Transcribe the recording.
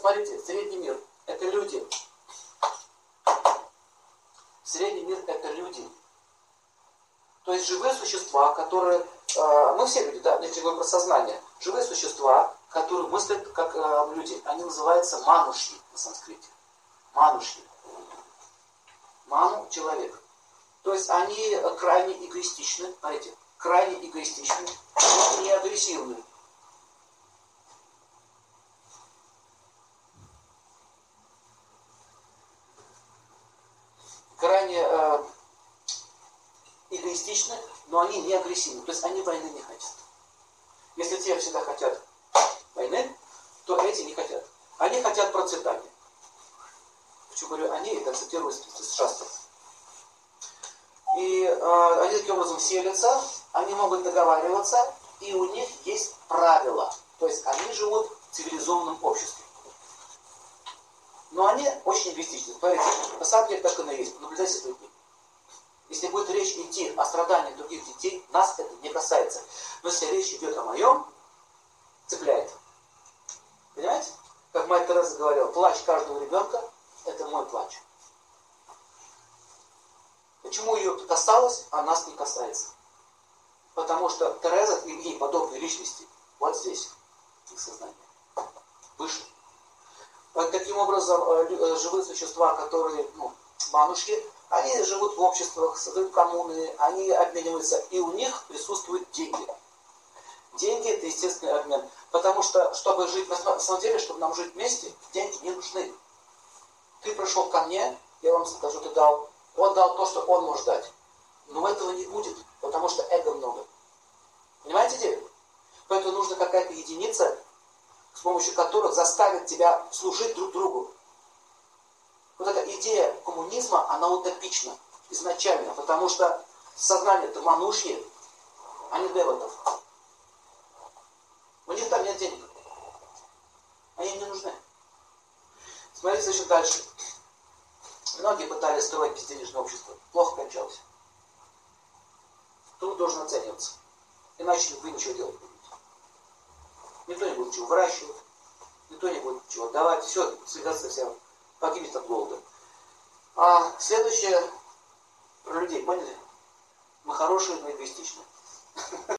смотрите, средний мир – это люди. Средний мир – это люди. То есть живые существа, которые... мы все люди, да, если говорим про сознание. Живые существа, которые мыслят как люди. Они называются мануши на санскрите. Мануши. Ману – человек. То есть они крайне эгоистичны, знаете, крайне эгоистичны, но не агрессивны. Крайне эгоистичны, но они не агрессивны. То есть они войны не хотят. Если те всегда хотят войны, то эти не хотят. Они хотят процветания. Почему говорю они, это цитирую из шастры. И они таким образом селятся, они могут договариваться, и у них есть правила. То есть они живут в цивилизованном обществе. Но они очень эгоистичны. Смотрите, на самом деле так оно и есть. Наблюдайте с людьми. Если будет речь идти о страдании других детей, нас это не касается. Но если речь идет о моем, цепляет. Понимаете? Как мать Тереза говорила, плач каждого ребенка – это мой плач. Почему ее касалось, а нас не касается? Потому что Тереза и ей подобные личности вот здесь, их сознание, выше. Таким образом, живые существа, которые, манушки, они живут в обществах, создают коммуны, они обмениваются, и у них присутствуют деньги. Деньги – это естественный обмен. Потому что, чтобы жить, на самом деле, чтобы нам жить вместе, деньги не нужны. Ты пришел ко мне, я вам скажу, ты дал. Он дал то, что он может дать. Но этого не будет, потому что эго много. Понимаете идею? Поэтому нужна какая-то единица, с помощью которых заставит тебя служить друг другу. Вот эта идея коммунизма, она утопична изначально, потому что сознание-то манушье, а не девотов. У них там нет денег. Они им не нужны. Смотрите еще дальше. Многие пытались строить безденежное общество. Плохо кончалось. Труд должен оцениваться. Иначе вы ничего делать не будете. Никто не будет ничего выращивать. Никто не будет ничего давать. Все, цивилизация вся погибнет от голода. А следующее про людей, поняли? Мы хорошие, но эгоистичные.